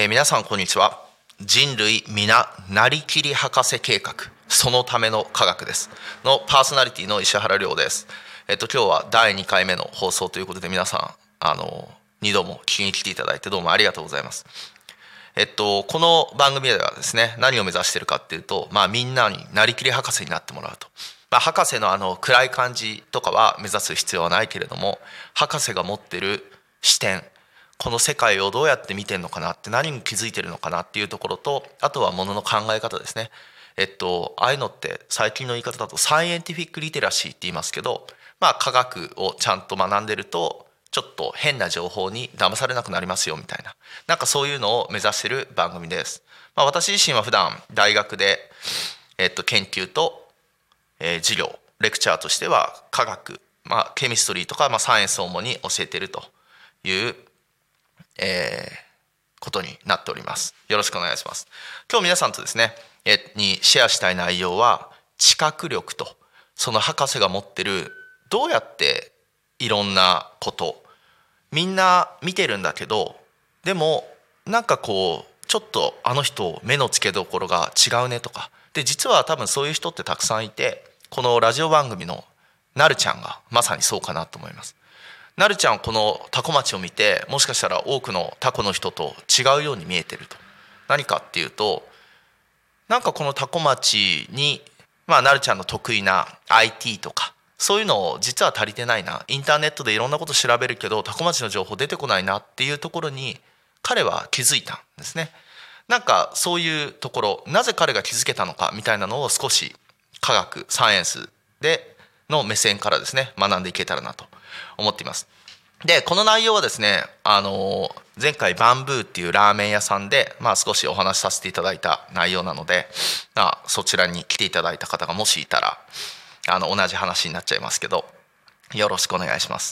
皆さんこんにちは。人類皆なりきり博士計画、そのための科学ですのパーソナリティの石原亮です。今日は第2回目の放送ということで、皆さん2度も聞きに来ていただいてどうもありがとうございます。この番組ではですね、何を目指しているかっていうと、みんなになりきり博士になってもらうと。博士の暗い感じとかは目指す必要はないけれども、博士が持ってる視点、この世界をどうやって見てるのかなって、何に気づいてるのかなっていうところと、あとはものの考え方ですね。ああいうのって最近の言い方だとサイエンティフィックリテラシーって言いますけど、科学をちゃんと学んでるとちょっと変な情報に騙されなくなりますよみたいな、なんかそういうのを目指してる番組です。私自身は普段大学で、研究と、授業レクチャーとしては科学、ケミストリーとか、サイエンスを主に教えているということになっております。よろしくお願いします。今日皆さんとですね、にシェアしたい内容は、知覚力とその博士が持ってる、どうやっていろんなことみんな見てるんだけど、でもなんかこうちょっとあの人目の付けどころが違うねとかで、実は多分そういう人ってたくさんいて、このラジオ番組のなるちゃんがまさにそうかなと思います。なるちゃん、このタコ町を見て、もしかしたら多くのタコの人と違うように見えてると。何かっていうと、なんかこのタコ町に、なるちゃんの得意な IT とかそういうの実は足りてないな、インターネットでいろんなこと調べるけどタコ町の情報出てこないなっていうところに彼は気づいたんですね。なんかそういうところ、なぜ彼が気づけたのかみたいなのを少し科学サイエンスでの目線からですね、学んでいけたらなと思っています。でこの内容はですね、前回バンブーっていうラーメン屋さんで、少しお話しさせていただいた内容なので、そちらに来ていただいた方がもしいたら同じ話になっちゃいますけど、よろしくお願いします。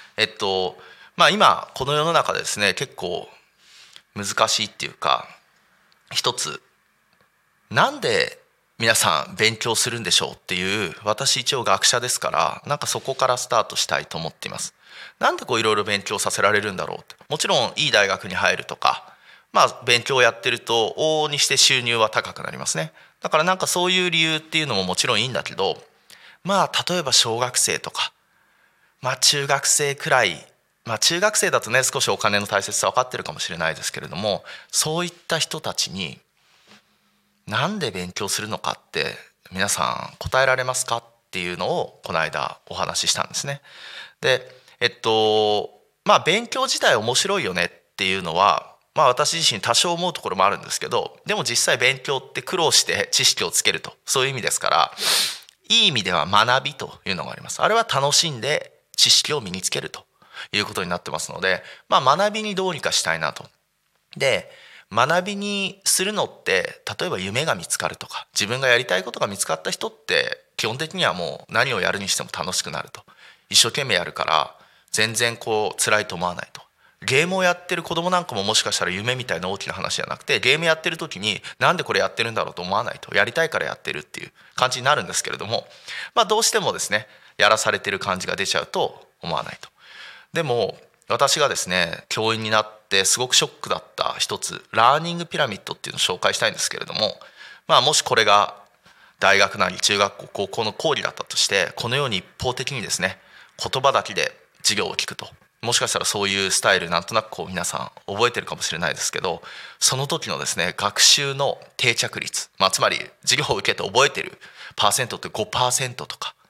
今この世の中でですね、結構難しいっていうか、一つ、なんで皆さん勉強するんでしょうっていう、私一応学者ですから、なんかそこからスタートしたいと思っています。なんでこういろいろ勉強させられるんだろうって。もちろんいい大学に入るとか、勉強をやってると往々にして収入は高くなりますね。だからなんかそういう理由っていうのももちろんいいんだけど、例えば小学生とか、中学生くらい、中学生だとね少しお金の大切さ分かってるかもしれないですけれども、そういった人たちになんで勉強するのかって皆さん答えられますかっていうのをこの間お話ししたんですね。で勉強自体面白いよねっていうのは、私自身多少思うところもあるんですけど、でも実際勉強って苦労して知識をつけると、そういう意味ですから、いい意味では学びというのがあります。あれは楽しんで知識を身につけるということになってますので、学びにどうにかしたいなと。で学びにするのって、例えば夢が見つかるとか自分がやりたいことが見つかった人って基本的にはもう何をやるにしても楽しくなると。一生懸命やるから全然辛いと思わないと。ゲームをやってる子供なんかももしかしたら夢みたいな大きな話じゃなくて、ゲームやってる時になんでこれやってるんだろうと思わないと。やりたいからやってるっていう感じになるんですけれども、どうしてもですね、やらされてる感じが出ちゃうと思わないと。でも私がですね、教員になってすごくショックだった一つ、ラーニングピラミッドっていうのを紹介したいんですけれども、もしこれが大学なり中学校高校の講義だったとして、このように一方的にですね、言葉だけで授業を聞くと、もしかしたらそういうスタイルなんとなく皆さん覚えてるかもしれないですけど、その時のですね学習の定着率、つまり授業を受けて覚えてるパーセントって 5% とか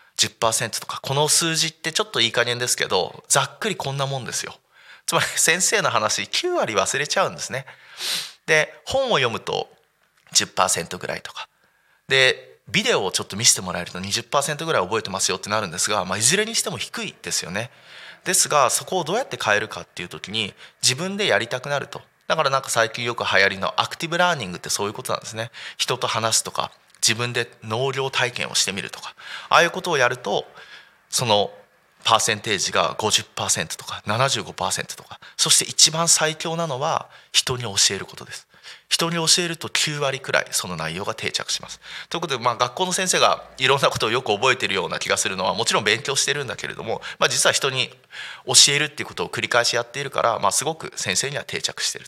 10% とか、この数字ってちょっといい加減ですけど、ざっくりこんなもんですよ。つまり先生の話9割忘れちゃうんですね。で本を読むと 10% ぐらいとかで、ビデオをちょっと見せてもらえると 20% ぐらい覚えてますよってなるんですが、いずれにしても低いですよね。ですがそこをどうやって変えるかっていう時に、自分でやりたくなると。だからなんか最近よく流行りのアクティブラーニングってそういうことなんですね。人と話すとか自分で農業体験をしてみるとか、ああいうことをやると、そのパーセンテージが 50% とか 75% とか、そして一番最強なのは人に教えることです。人に教えると9割くらいその内容が定着します。ということで、学校の先生がいろんなことをよく覚えているような気がするのは、もちろん勉強してるんだけれども、実は人に教えるっていうことを繰り返しやっているから、すごく先生には定着していると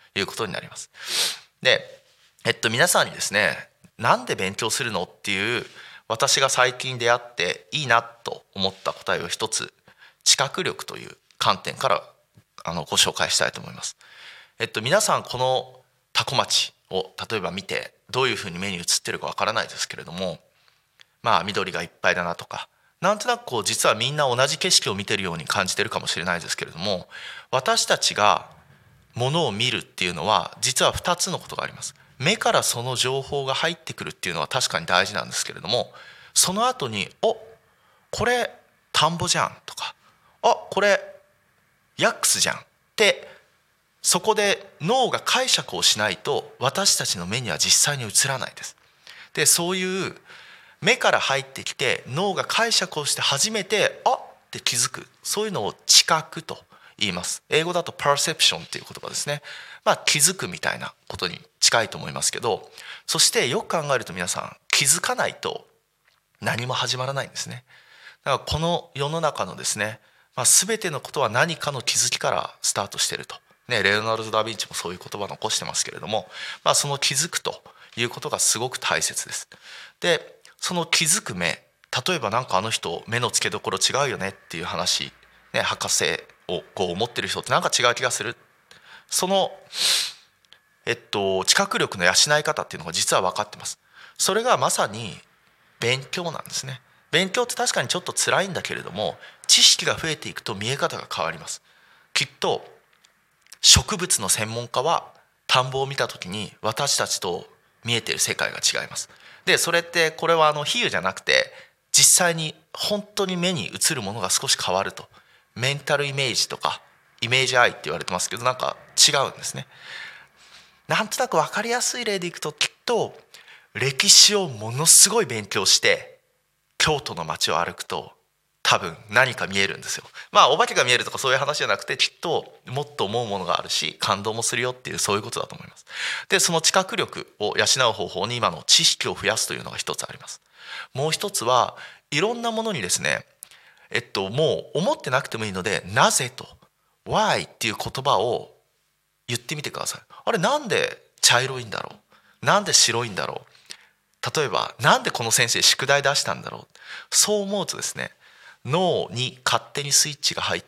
いうことになります。で、皆さんにですね、なんで勉強するのっていう私が最近出会っていいなと思った答えを一つ、知覚力という観点からご紹介したいと思います。皆さんこの多古町を例えば見てどういうふうに目に映ってるかわからないですけれども、緑がいっぱいだなとか、なんとなく実はみんな同じ景色を見てるように感じてるかもしれないですけれども、私たちがものを見るっていうのは実は2つのことがあります。目からその情報が入ってくるっていうのは確かに大事なんですけれども、その後にこれ田んぼじゃんとか、これヤックスじゃんってそこで脳が解釈をしないと私たちの目には実際に映らないです。で、そういう目から入ってきて脳が解釈をして初めてって気づく、そういうのを知覚と言います。英語だと perception っていう言葉ですね。気づくみたいなことに近いと思いますけど、そしてよく考えると皆さん気づかないと何も始まらないんですね。だからこの世の中のですね、全てのことは何かの気づきからスタートしていると、レオナルド・ダ・ヴィンチもそういう言葉を残してますけれども、その気づくということがすごく大切です。で、その気づく目、例えばあの人目の付けどころ違うよねっていう話、博士を持ってる人って違う気がする、その知覚力の養い方っていうのが実は分かってます。それがまさに勉強なんですね。勉強って確かにちょっと辛いんだけれども、知識が増えていくと見え方が変わります。きっと植物の専門家は田んぼを見た時に私たちと見えている世界が違います。で、それってこれは比喩じゃなくて実際に本当に目に映るものが少し変わると、メンタルイメージとかイメージアイって言われてますけど、違うんですね。なんとなく分かりやすい例でいくと、きっと歴史をものすごい勉強して京都の街を歩くと多分何か見えるんですよ。お化けが見えるとかそういう話じゃなくて、きっともっと思うものがあるし感動もするよっていう、そういうことだと思います。で、その知覚力を養う方法に今の知識を増やすというのが一つあります。もう一つはいろんなものにですね、もう思ってなくてもいいので、なぜと Why っていう言葉を言ってみてください。あれ、なんで茶色いんだろう、なんで白いんだろう、例えばなんでこの先生宿題出したんだろう、そう思うとですね、脳に勝手にスイッチが入って、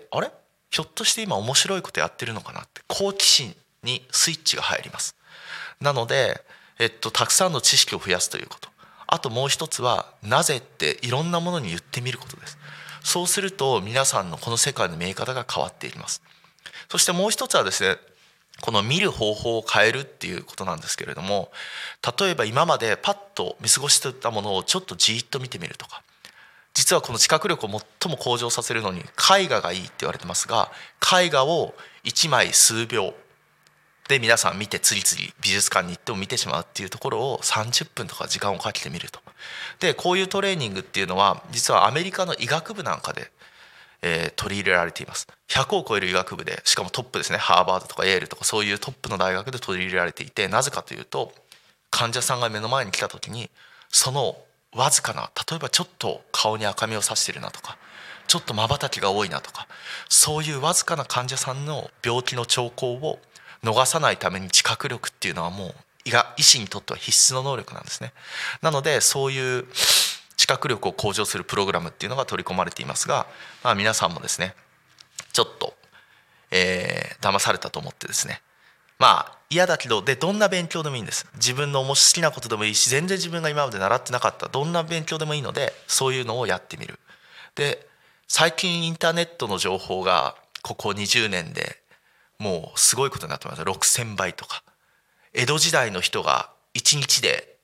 あれ、ひょっとして今面白いことやってるのかなって好奇心にスイッチが入ります。なので、たくさんの知識を増やすということ、あともう一つはなぜっていろんなものに言ってみることです。そうすると皆さんのこの世界の見え方が変わっていきます。そしてもう一つはですね、この見る方法を変えるっていうことなんですけれども、例えば今までパッと見過ごしてたものをちょっとじーっと見てみるとか、実はこの知覚力を最も向上させるのに絵画がいいって言われてますが、絵画を1枚数秒で皆さん見て、次々美術館に行っても見てしまうっていうところを30分とか時間をかけてみると。で、こういうトレーニングっていうのは実はアメリカの医学部なんかで取り入れられています。100を超える医学部で、しかもトップですね、ハーバードとかエールとかそういうトップの大学で取り入れられていて、なぜかというと患者さんが目の前に来た時に、そのわずかな、例えばちょっと顔に赤みをさしてるなとか、ちょっとまばたきが多いなとか、そういうわずかな患者さんの病気の兆候を逃さないために知覚力っていうのはもう医師にとっては必須の能力なんですね。なのでそういう知覚力を向上するプログラムっていうのが取り込まれていますが、皆さんもですね、ちょっと、騙されたと思ってですね、嫌だけど、でどんな勉強でもいいんです。自分の好きなことでもいいし、全然自分が今まで習ってなかったどんな勉強でもいいので、そういうのをやってみる。で、最近インターネットの情報がここ20年でもうすごいことになってます。6000倍とか。江戸時代の人が1日で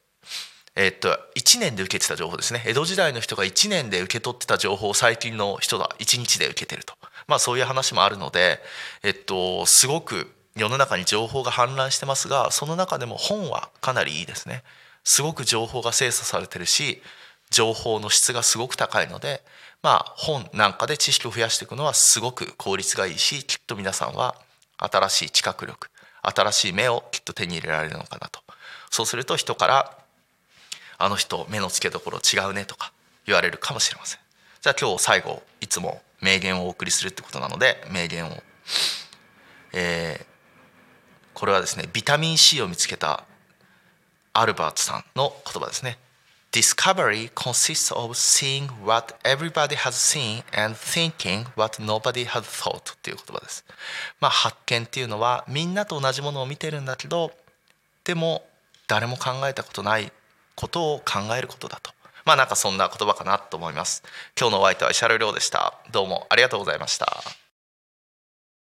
1年で受けてた情報ですね。江戸時代の人が1年で受け取ってた情報を最近の人が1日で受けてると、そういう話もあるので、すごく世の中に情報が氾濫してますが、その中でも本はかなりいいですね。すごく情報が精査されてるし、情報の質がすごく高いので、本なんかで知識を増やしていくのはすごく効率がいいし、きっと皆さんは新しい知覚力、新しい目をきっと手に入れられるのかなと。そうすると人からあの人目の付けどころ違うねとか言われるかもしれません。じゃあ今日最後いつも名言をお送りするってことなので、名言を、 これはですね、ビタミン C を見つけたアルバートさんの言葉ですね。Discovery consists of seeing what everybody has seen and thinking what nobody has thought っていう言葉です。発見っていうのはみんなと同じものを見てるんだけど、でも誰も考えたことないことを考えることだと。なんかそんな言葉かなと思います。今日のお相手は石原亮でした。どうもありがとうございました。